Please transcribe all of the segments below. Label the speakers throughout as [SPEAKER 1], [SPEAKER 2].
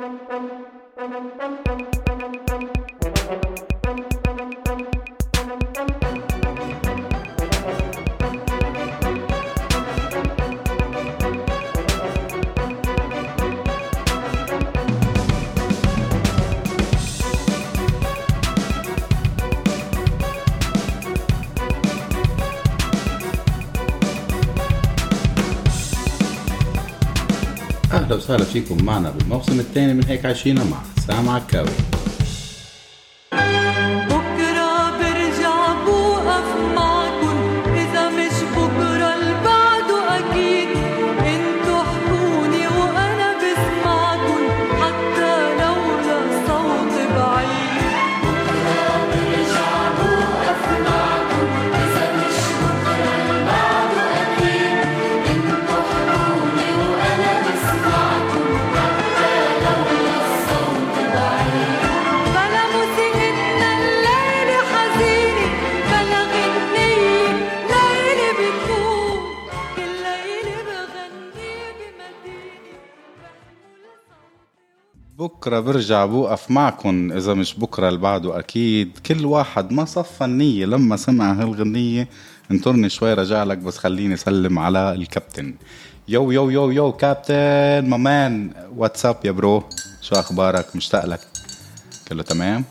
[SPEAKER 1] أهلا وسهلا فيكم معنا بالموسم الثاني من هيك عايشينا مع سام عكاوي.
[SPEAKER 2] بكرة برجع بوقف معكن، إذا مش بكرة البعده أكيد. انتو احكوني وأنا بسمعكن، حتى لو للصوت بعيد. بكرة برجع بوقف معكن، إذا مش بكرة البعده أكيد. انتو احكوني وأنا بسمعكن، حتى لو للصوت بعيد. بلا موسيقتنا الليلة حزينة، بلا غنية ليلة بتكون، كل ليلة بغني بمدينة بحمل صوتي.
[SPEAKER 1] بكرة برجع بوقف معكم إذا مش بكرة البعده أكيد. كل واحد ما صفى النية لما سمع هالغنية. انطرني شوي رجع لك، بس خليني سلم على الكابتن. يو يو يو يو كابتن مامان، واتساب يا برو، شو أخبارك؟ مشتاق لك. كله تمام؟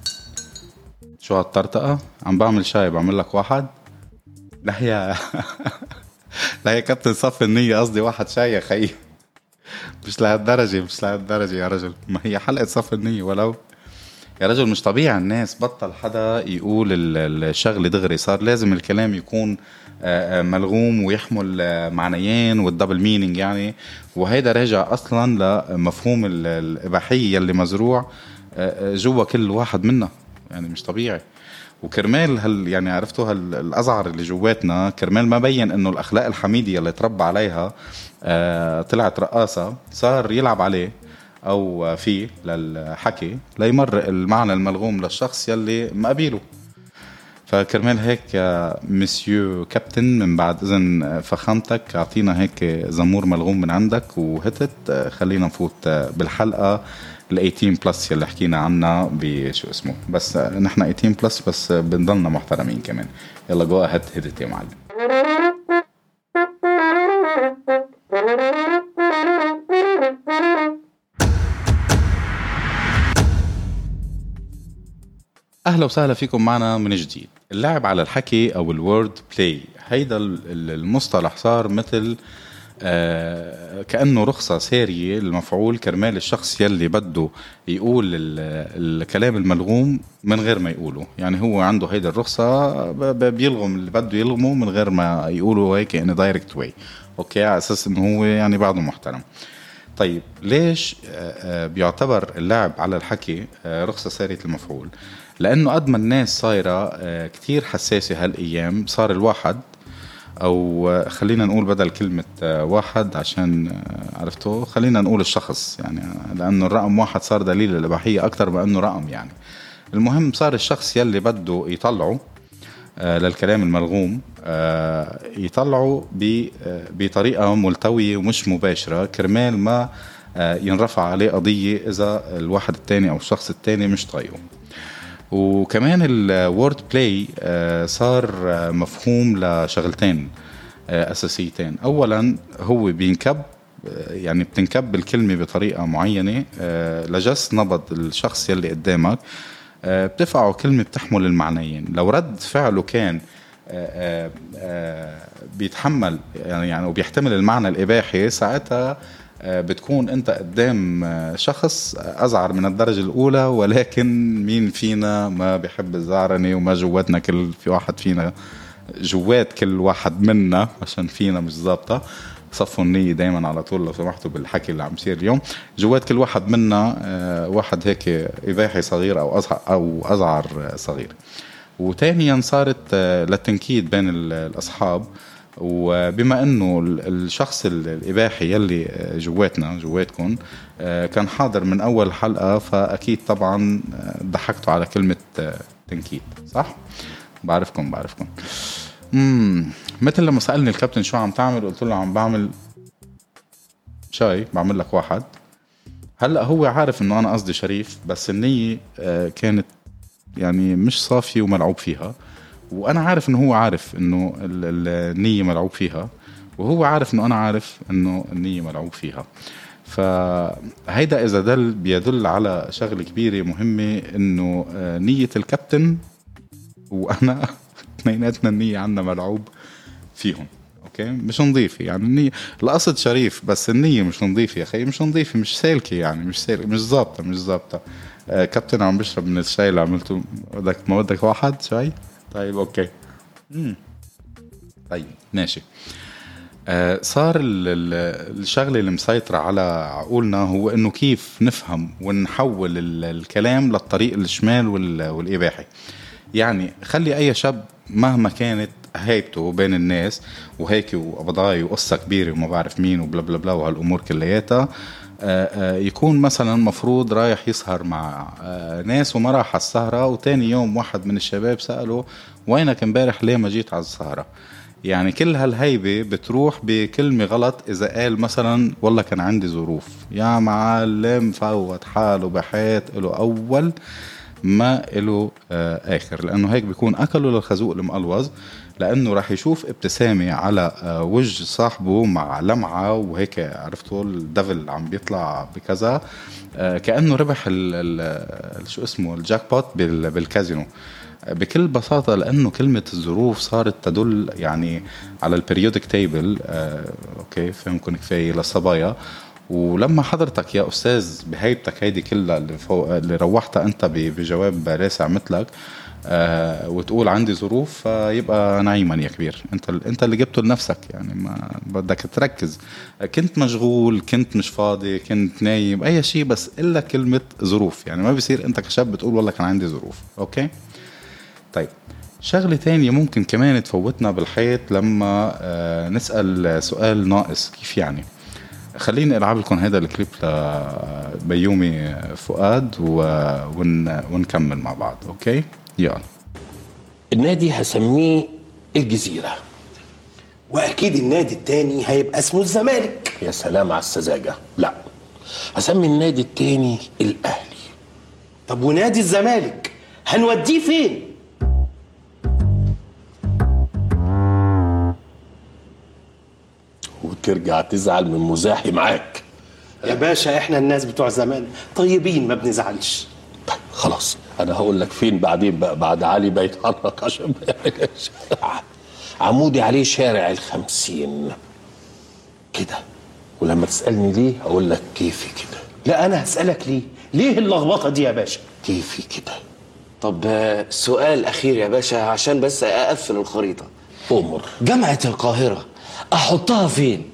[SPEAKER 1] شو هالطرطقة؟ عم بعمل شاي، بعمل لك واحد. لا يا لا يا كابتن، صفي النية، قصدي واحد شاي يا خي. مش لهالدرجة، مش لهالدرجة يا رجل، ما هي حلقة صف النية ولو. يا رجل مش طبيعي، الناس بطل حدا يقول الشغل دغري، صار لازم الكلام يكون ملغوم ويحمل معنيين والدبل مينينج يعني. وهيدا راجع أصلا لمفهوم الإباحية اللي مزروع جوا كل واحد منا، يعني مش طبيعي. وكرمال يعني عرفتوا الأزعر اللي جواتنا، كرمال ما بين انه الأخلاق الحميدية اللي تربى عليها طلعت رقاصة، صار يلعب عليه او فيه للحكي ليمر المعنى الملغوم للشخص يلي مقابله. فكرمال هيك يا مسيو كابتن، من بعد اذن فخامتك، اعطينا هيك زمور ملغوم من عندك وهتت. خلينا نفوت بالحلقة ال 18 بلس يلي حكينا عنها بشو اسمه، بس نحن 18 بلس بس بنضلنا محترمين كمان. يلا جو هتت يا معلم. أهلا وسهلا فيكم معنا من جديد. اللعب على الحكي أو الورد بلاي، هيدا المصطلح صار مثل كأنه رخصة سارية المفعول، كرمال الشخص يلي بده يقول الكلام الملغوم من غير ما يقوله. يعني هو عنده هيدا الرخصة، بيلغم اللي بده يلغمه من غير ما يقوله، هيك يعني دايركت واي. أوكي، على أساس إنه هو يعني بعده محترم. طيب ليش بيعتبر اللعب على الحكي رخصة سارية المفعول؟ لأنه قد ما الناس صايرة كتير حساسة هالأيام، صار الواحد، أو خلينا نقول بدل كلمة واحد عشان عرفتوا، خلينا نقول الشخص يعني، لأنه الرقم واحد صار دليل الإباحية أكتر بأنه رقم يعني. المهم صار الشخص يلي بده يطلعه للكلام الملغوم يطلعه بطريقة ملتوية ومش مباشرة، كرمال ما ينرفع عليه قضية إذا الواحد التاني أو الشخص التاني مش طايقه. وكمان الورد بلاي صار مفهوم لشغلتين أساسيتين. أولا هو بينكب، يعني بتنكب الكلمة بطريقة معينة لجس نبض الشخص يلي قدامك، بتفعله كلمة بتحمل المعنيين. لو رد فعله كان بيتحمل يعني وبيحتمل المعنى الإباحي، ساعتها بتكون انت قدام شخص أزعر من الدرجة الأولى. ولكن مين فينا ما بيحب الزعرنة؟ وما جواتنا في واحد فينا جوات كل واحد منا، عشان فينا مش ظابطة. صفوا النية دايما على طول لو سمحتوا بالحكي اللي عم يصير اليوم. جوات كل واحد منا واحد هيك إباحي صغير أو أزعر صغير. وتانيا صارت للتنكيد بين الأصحاب. وبما انه الشخص الإباحي يلي جواتكم كان حاضر من اول حلقة، فاكيد طبعا ضحكتوا على كلمة تنكيد، صح؟ بعرفكم. مثل لما سألني الكابتن شو عم تعمل، قلت له عم بعمل شاي، بعمل لك واحد. هلا هو عارف انه انا قصدي شريف، بس النية كانت يعني مش صافية وملعوب فيها، وانا عارف انه هو عارف انه النية ملعوب فيها، وهو عارف انه انا عارف انه النية ملعوب فيها. فهيدا اذا بيدل على شغلة كبيرة مهمة، انه نية الكابتن وانا اثنيناتنا النية عنا ملعوب فيهم. اوكي، مش نظيفة يعني النية، القصد شريف بس النية مش نظيفة يا اخي، مش نظيفة، مش سالكة يعني، مش سالكة، مش ظابطة، مش ظابطة. كابتن عم بشرب من الشاي اللي عملته. ما بدك واحد شاي؟ طيب اوكي. طيب ماشي. صار الشغله اللي مسيطره على عقولنا هو انه كيف نفهم ونحول الكلام للطريق الشمال والاباحي. يعني خلي اي شاب مهما كانت هيبته بين الناس وهيك وقبضاي وقصة كبيرة وما بعرف مين وبلا بلا بلا وهالأمور كلياتها، يكون مثلا مفروض رايح يسهر مع ناس وما راح على السهرة، وتاني يوم واحد من الشباب سأله وينك امبارح ليه ما جيت على السهرة؟ يعني كل هالهيبة بتروح بكلمة غلط إذا قال مثلا والله كان عندي ظروف. يا معلم فوت حاله بحيط له أول ما له آخر، لأنه هيك بيكون أكله للخازوق المقلوظ، لأنه راح يشوف ابتسامة على وجه صاحبه مع لمعة وهيك، عرفتوا الدفل عم بيطلع بكذا، كأنه ربح شو اسمه الجاك بوت بالكازينو بكل بساطة. لأنه كلمة الظروف صارت تدل يعني على البريودك تيبل. أوكي فهمكن كفاية للصبايا. ولما حضرتك يا أستاذ بهيبتك هيدي كلها اللي روحتها أنت بجواب راسع مثلك وتقول عندي ظروف، فيبقى نعيما يا كبير، انت اللي جبته لنفسك يعني، ما بدك تركز. كنت مشغول، كنت مش فاضي، كنت نايم، اي شيء، بس الا كلمة ظروف يعني ما بيصير انت كشاب بتقول والله كان عندي ظروف. اوكي طيب، شغلة تانية ممكن كمان تفوتنا بالحيط لما نسأل سؤال ناقص. كيف يعني؟ خليني ألعب لكم هذا الكليب لبيومي فؤاد ونكمل مع بعض. أوكي يلا.
[SPEAKER 3] النادي هسميه الجزيرة،
[SPEAKER 4] واكيد النادي التاني هيبقى اسمه الزمالك.
[SPEAKER 3] يا سلام على السذاجة. لا، هسمي النادي التاني الأهلي.
[SPEAKER 4] طب ونادي الزمالك هنوديه فين؟
[SPEAKER 3] وترجع تزعل من مزاحي معاك.
[SPEAKER 4] يا باشا احنا الناس بتوع زمان طيبين ما بنزعلش.
[SPEAKER 3] طيب خلاص، انا هقول لك فين بعدين بقى، بعد علي بيتحرك عشان عمودي عليه شارع 50 كده. ولما تسألني ليه اقول لك كيفي كده.
[SPEAKER 4] لا انا هسألك ليه اللخبطة دي يا باشا؟
[SPEAKER 3] كيفي كده.
[SPEAKER 5] طب سؤال أخير يا باشا عشان بس أقفل الخريطة.
[SPEAKER 3] أمر.
[SPEAKER 5] جامعة القاهرة أحطها فين؟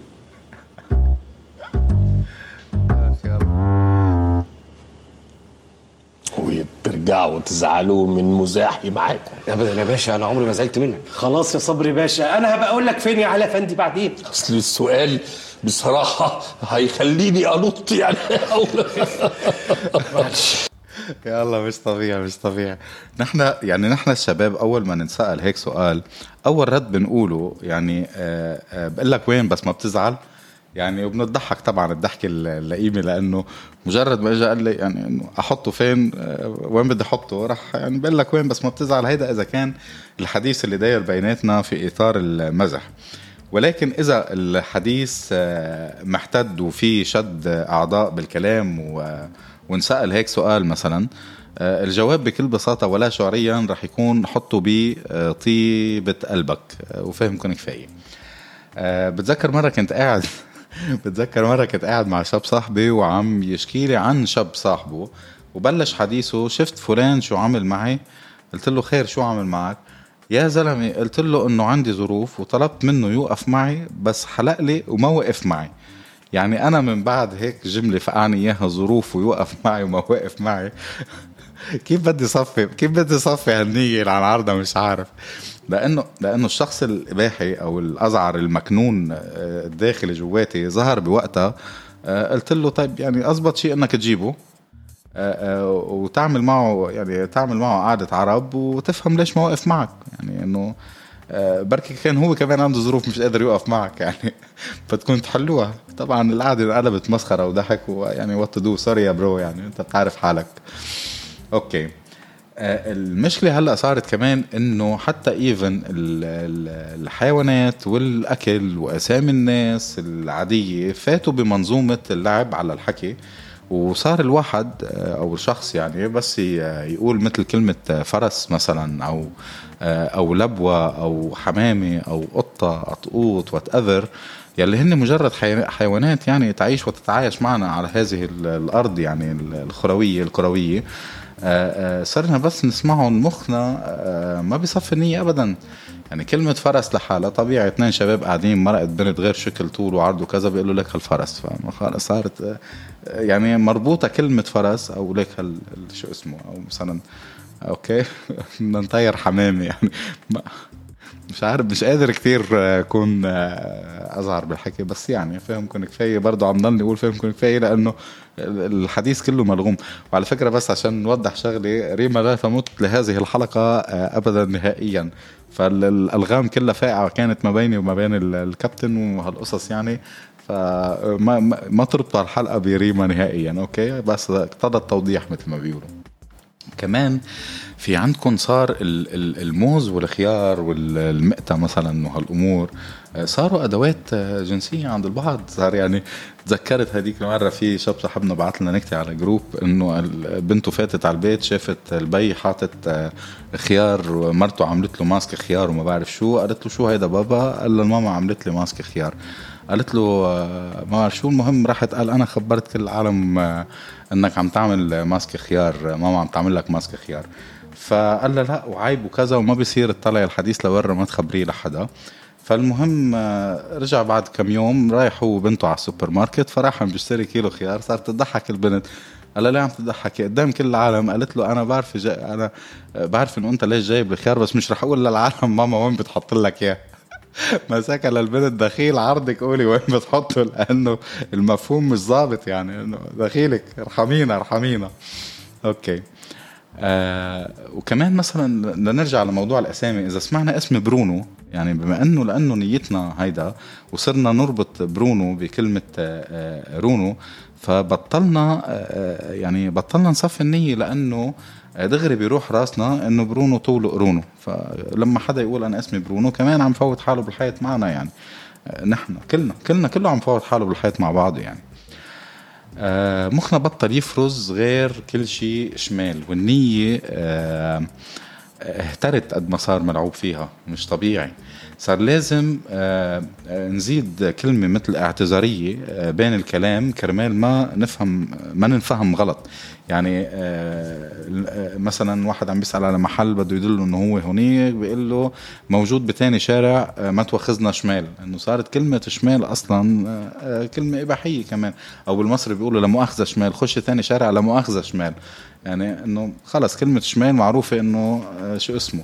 [SPEAKER 3] وترجعوا وتزعلوا من مزاحي معاكم.
[SPEAKER 5] أبدا يا باشا، أنا عمري ما زعلت منك.
[SPEAKER 4] خلاص يا صبري باشا، أنا هبقى أقول لك فين يا علا فندي بعدين.
[SPEAKER 3] أصل السؤال بصراحة هيخليني أنط يعني.
[SPEAKER 1] يلا مش طبيعي مش طبيعي. نحن الشباب اول ما نتسأل هيك سؤال، اول رد بنقوله يعني بقول لك وين بس ما بتزعل يعني، وبنضحك طبعا الضحكه اللئيمه، لانه مجرد ما اجى قال لي يعني انه احطه فين وين بدي احطه، راح يعني بقول لك وين بس ما بتزعل. هيدا اذا كان الحديث اللي داير بيناتنا في اطار المزح. ولكن إذا الحديث محتد وفي شد أعضاء بالكلام ونسأل هيك سؤال مثلا، الجواب بكل بساطة ولا شعوريا رح يكون حطوا بطيبة قلبك وفهمكم كفاية. بتذكر مرة كنت قاعد مع شاب صاحبي وعم يشكيلي عن شاب صاحبه، وبلش حديثه شفت فلان شو عمل معي. قلت له خير شو عمل معك يا زلمي؟ قلت له انه عندي ظروف وطلبت منه يوقف معي بس حلق لي وما وقف معي. يعني انا من بعد هيك جملة فقعني اياها ظروف ويوقف معي وما وقف معي. كيف بدي صفي هالنية اللي عن عرضها؟ مش عارف. لانه الشخص الاباحي او الازعر المكنون الداخلي جواتي ظهر بوقتها. قلت له طيب يعني اضبط شيء انك تجيبه وتعمل معه قعدة عرب وتفهم ليش ما وقف معك. يعني انه بركي كان هو كمان عنده ظروف مش قادر يوقف معك يعني فتكون تحلوها. طبعا القعدة قلبت مسخرة وضحك ويعني وات تو دو سوري يا برو يعني انت بتعرف حالك. اوكي المشكلة هلأ صارت كمان انه حتى ايفن الحيوانات والاكل واسامي الناس العادية فاتوا بمنظومة اللعب على الحكي. وصار الواحد او الشخص يعني بس يقول مثل كلمة فرس مثلا او لبوة او حمامة او قطة قطقوط وات يلي هن مجرد حيوانات يعني تعيش وتتعايش معنا على هذه الارض يعني الكروية. صرنا بس نسمعهم مخنا ما بيصفي النية ابدا. يعني كلمة فرس لحالها طبيعي 2 شباب قاعدين مرقت بنت غير شكل طول وعرض وكذا بيقولوا لك هالفرس فخلص صارت يعني مربوطة كلمة فرس او لك شو اسمه او مثلا اوكي ننطير حمامي يعني مش عارف مش قادر كتير اكون اظهر بالحكي بس يعني فهمكم كفاية برضو عم ضلني اقول فهمكم كفاية لانه الحديث كله ملغوم. وعلى فكرة بس عشان نوضح شغلي ريما لا تمت لهذه الحلقة ابدا نهائيا فالالغام كلها فائعة كانت ما بيني وما بين الكابتن وهالقصص يعني فما تربط الحلقة بريما نهائيا. اوكي بس اقتضى التوضيح مثل ما بيقولوا. كمان في عندكم صار الموز والخيار والمقتة مثلا وهالأمور صاروا أدوات جنسية عند البعض. صار يعني تذكرت هذيك المرة في شاب صاحبنا بعت لنا نكتة على جروب إنه بنته فاتت على البيت شافت البي حاطت خيار ومرته عملت له ماسك خيار وما بعرف شو. قالت له شو هيدا بابا؟ قال له الماما عملت لي ماسك خيار. قالت له ما بعرف شو. المهم راحت قال أنا خبرت كل العالم إنك عم تعمل ماسك خيار ماما عم تعمل لك ماسك خيار. فقال له لا وعيب وكذا وما بيصير تطلع الحديث لورا ما تخبريه لحدا. فالمهم رجع بعد كم يوم رايح هو وبنته على السوبر ماركت فراح بيشتري كيلو خيار. صارت تضحك البنت. قال لها ليه عم تضحكي قدام كل العالم؟ قالت له انا انا بعرف انه انت ليش جايب الخيار بس مش رح اقول للعالم ماما وين بتحط لك اياه. مساكة للبنت دخيل عرضك قولي وين بتحطه لانه المفهوم مش ضابط يعني انه دخيلك ارحمينا. اوكي وكمان مثلا نرجع لموضوع الاسامي. اذا سمعنا اسم برونو يعني بما لانه نيتنا هيدا وصرنا نربط برونو بكلمة رونو فبطلنا يعني بطلنا نصفي النية لانه دغري بيروح راسنا انه برونو طوله قرونه. فلما حدا يقول انا اسمي برونو كمان عم فوت حاله بالحياة معنا يعني نحن كله عم فوت حاله بالحياة مع بعض يعني. مخنا بطل يفرز غير كل شيء شمال والنية اهترت قد ما صار ملعوب فيها مش طبيعي. صار لازم نزيد كلمة مثل اعتذارية بين الكلام كرمال ما ننفهم غلط. يعني مثلا واحد عم بيسأل على محل بده يدله انه هو هونيك بيقول له موجود بتاني شارع ما توخزنا شمال. انه صارت كلمة شمال اصلا كلمة اباحية كمان. او بالمصري بيقولوا لمؤاخذة شمال خش تاني شارع لمؤاخذة شمال. يعني انه خلص كلمة شمال معروفة انه شو اسمه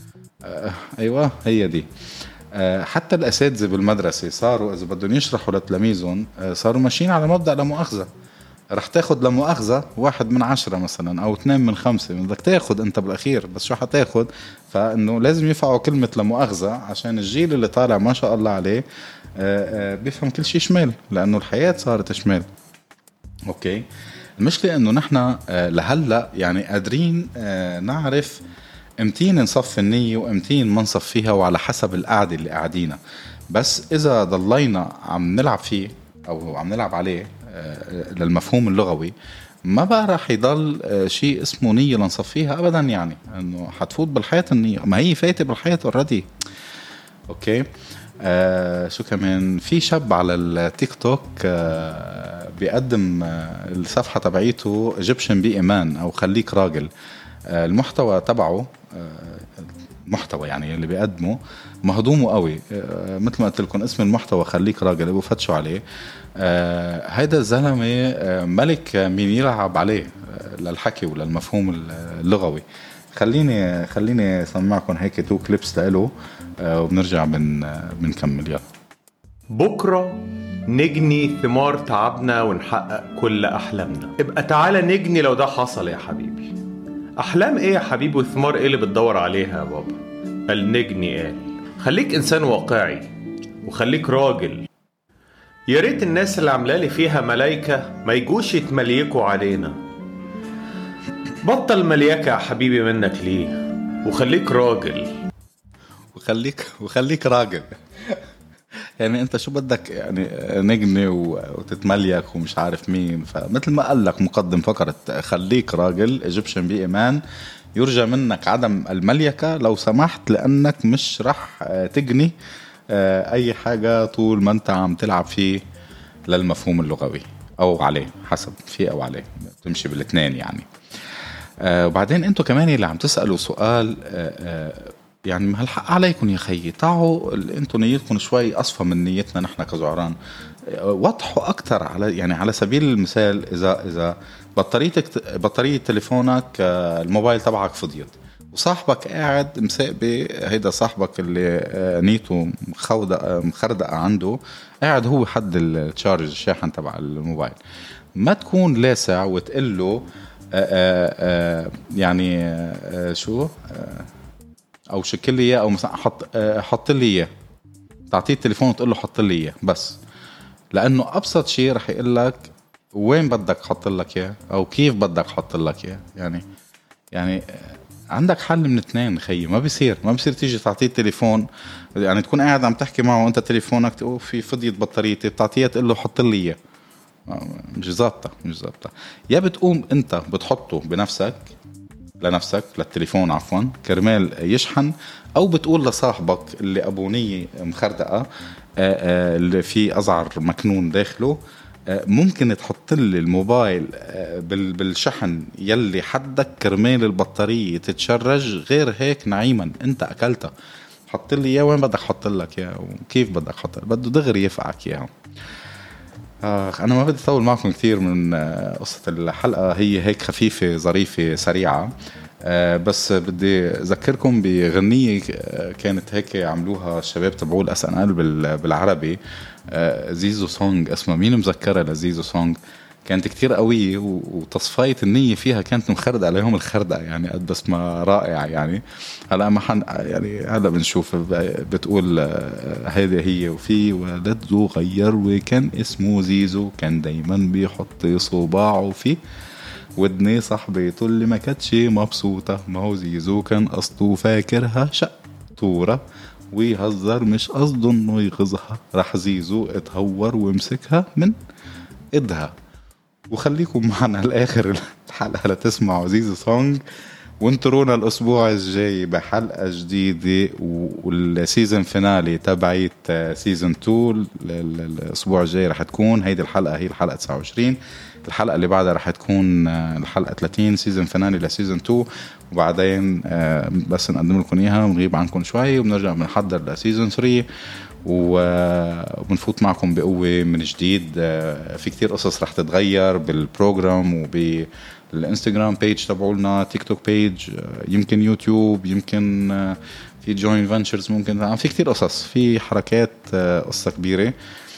[SPEAKER 1] ايوه هي دي. حتى الاساتذة بالمدرسة صاروا اذا بدهم يشرحوا لتلاميذهم صاروا ماشيين على مبدأ لمؤاخذة. رح تاخد لمؤاخذة 1 من 10 مثلا او 2 من 5 بدك تاخد انت بالاخير بس شو حتاخد. فانه لازم يفعوا كلمة لمؤاخذة عشان الجيل اللي طالع ما شاء الله عليه بيفهم كل شيء شمال لانه الحياة صارت شمال. اوكي المشكلة انه نحن لهلأ يعني قادرين نعرف امتين نصف النية وامتين ما نصفيها وعلى حسب القعدة اللي قاعدينها. بس اذا ضلينا عم نلعب فيه او عم نلعب عليه للمفهوم اللغوي ما بقى راح يضل شيء اسمه نية لنصفيها ابدا. يعني انه حتفوت بالحياة النية ما هي فايتة بالحياة اوريدي. اوكي شو كمان في شاب على التيك توك بيقدم الصفحة تبعيته ايجيبشن بي ايمان او خليك راجل. المحتوى تبعه محتوى يعني اللي بيقدمه مهضومه قوي مثل ما قلت لكم اسم المحتوى خليك راجل ابو فتشوا عليه. هيدا الزلمة ملك مين يلعب عليه للحكي وللمفهوم اللغوي. خليني سمعكم هيك 2 كليبس له وبنرجع بنكمل. يلا
[SPEAKER 6] بكرة نجني ثمار تعبنا ونحقق كل أحلامنا. ابقى تعالى نجني لو ده حصل يا حبيبي. أحلام إيه يا حبيبي وثمار إيه اللي بتدور عليها يا بابا؟ قال نجني. قال خليك إنسان واقعي وخليك راجل. يا ريت الناس اللي عاملالي فيها ملايكة ما يجوش يتمليكوا علينا. بطل مليكة يا حبيبي منك ليه، وخليك راجل.
[SPEAKER 1] وخليك راجل. يعني انت شو بدك يعني نجني وتتمليك ومش عارف مين. فمثل ما قال لك مقدم فقرة خليك راجل ايجيبشن بإيمان، يرجى منك عدم المليكة لو سمحت، لأنك مش رح تجني أي حاجة طول ما أنت عم تلعب فيه للمفهوم اللغوي أو عليه، حسب فيه أو عليه، تمشي بالاثنين يعني. وبعدين أنتوا كمان اللي عم تسألوا سؤال يعني هالحق عليكم يا خيي، تعوا أنتوا نيتكم شوي أصفى من نيتنا نحن كزعران. وضحوا أكتر على يعني على سبيل المثال إذا بطارية تليفونك الموبايل تبعك فضيت وصاحبك قاعد مساقبة، هيدا صاحبك اللي نيته مخردقة عنده، قاعد هو حد التشارج الشاحن تبع الموبايل، ما تكون لاسع وتقول له يعني شو او شكل لي اياه او مثلا حط لي اياه، تعطيه التليفون وتقول له حط لي اياه بس، لانه ابسط شيء رح يقول لك وين بدك احط لك اياه او كيف بدك احط لك اياه. يعني عندك حل من اثنين خيي. ما بيصير تيجي تعطيه التليفون، يعني تكون قاعد عم تحكي معه وانت تليفونك في فضيت بطاريتي، بتعطيه تقول له حط لي اياه. مش ظابطه. يا بتقوم انت بتحطه بنفسك لنفسك للتليفون عفوا كرمال يشحن، او بتقول لصاحبك اللي ابونيه مخردقه اللي في ازعر مكنون داخله ممكن تحط لي الموبايل بالشحن يلي حدك كرمال البطارية تتشرج، غير هيك نعيما انت اكلتها. حط لي اياه وين بدك حط لك اياه وكيف بدك حط، بده دغري يفعك اياه. انا ما بدي اطول معكم كثير من قصة الحلقة، هي هيك خفيفة ظريفة سريعة، بس بدي اذكركم بغنية كانت هيك عملوها الشباب تبعوا الSNL بالعربي، زيزو سونج اسمها. مين مذكرة لزيزو سونج؟ كانت كتير قوية وتصفية النية فيها كانت مخردة عليهم الخردة يعني، قد بس ما رائع يعني. هلا ما يعني هلا بنشوف بتقول هذه هي. وفي ولد صغير وكان اسمه زيزو، كان دايما بيحط صباعه في ودني صاحبته اللي ما كانتش مبسوطة، ما هو زيزو كان قصده فاكرها شقطورة ويهزر مش قصده انه يغزها، راح زيزو اتهور ومسكها من ايدها. وخليكم معنا الاخر الحلقة لتسمعوا زيزو سونج، وانترونا الاسبوع الجاي بحلقة جديدة والسيزن فينالي تبعيت سيزن 2. الاسبوع الجاي رح تكون هيدي الحلقة هي الحلقة 29، الحلقة اللي بعدها رح تكون الحلقة 30 سيزن فينالي لسيزن 2، وبعدين بس نقدم لكم اياها ونغيب عنكم شوي وبنرجع بنحضر لسيزن 3 وبنفوت معكم بقوة من جديد. في كتير قصص رح تتغير بالبروجرام وبالانستغرام بيج تبعولنا، تيك توك بيج، يمكن يوتيوب، يمكن في جوين فانشرز، ممكن في كتير قصص، في حركات، قصة كبيرة.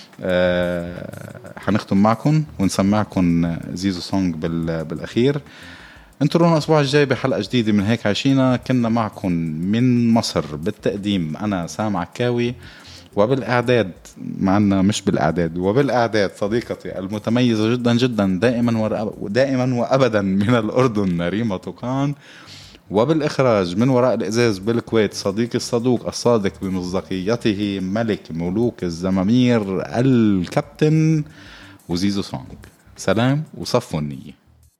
[SPEAKER 1] حنختم معكم ونسمعكم زيزو سونج بالأخير. انترونا الأسبوع الجاي بحلقة جديدة من هيك عايشينا. كنا معكم من مصر بالتقديم أنا سام عكاوي، وبالإعداد معنا مش بالإعداد وبالإعداد صديقتي المتميزة جدا جدا دائما وأبدا من الأردن ريما توقان، وبالإخراج من وراء الإزاز بالكويت صديقي الصدوق الصادق بمصداقيته ملك ملوك الزمامير الكابتن وزيزو سونج. سلام وصفوا النية.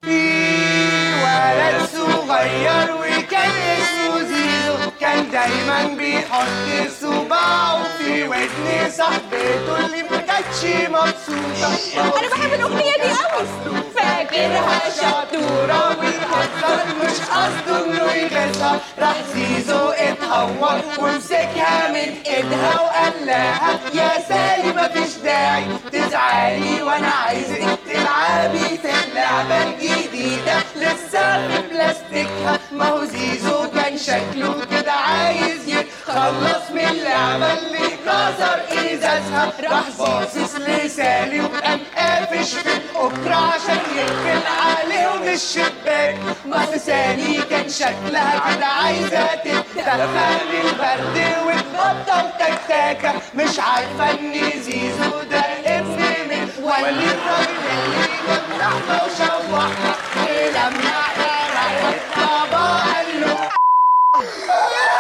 [SPEAKER 7] ولد صغير وكان اسمه زيزو، كان دايما بيحط صباعه في ودن صاحبته اللي ما كانتش مبسوطة.
[SPEAKER 8] انا بحب الاغنية دي قوي، فاكرها شطورة
[SPEAKER 7] وبيهزر مش قصده انه يغزها، راح زيزو اتهور ومسكها من ايدها وقال لها يا سالي مفيش داعي تزعلي، وانا عايزك تلعبي في اللعبة الجديدة لسه في بلاستيكها. ما هو زيزو كان شكله كده عايز يتخلص من اللعبة اللي كسر ازازها، راح باصص لسالي وقام قافش في الأكرة عشان يقفل عليهم الشباك. بس سالي كان شكلها كده عايزة تتدفى بالبرد وتبطل تكتاكة. مش عارفة ان زيزو ده ابن من ولي الراجل اللي جاب لحمة وشوحها. لما راحت بابا قال له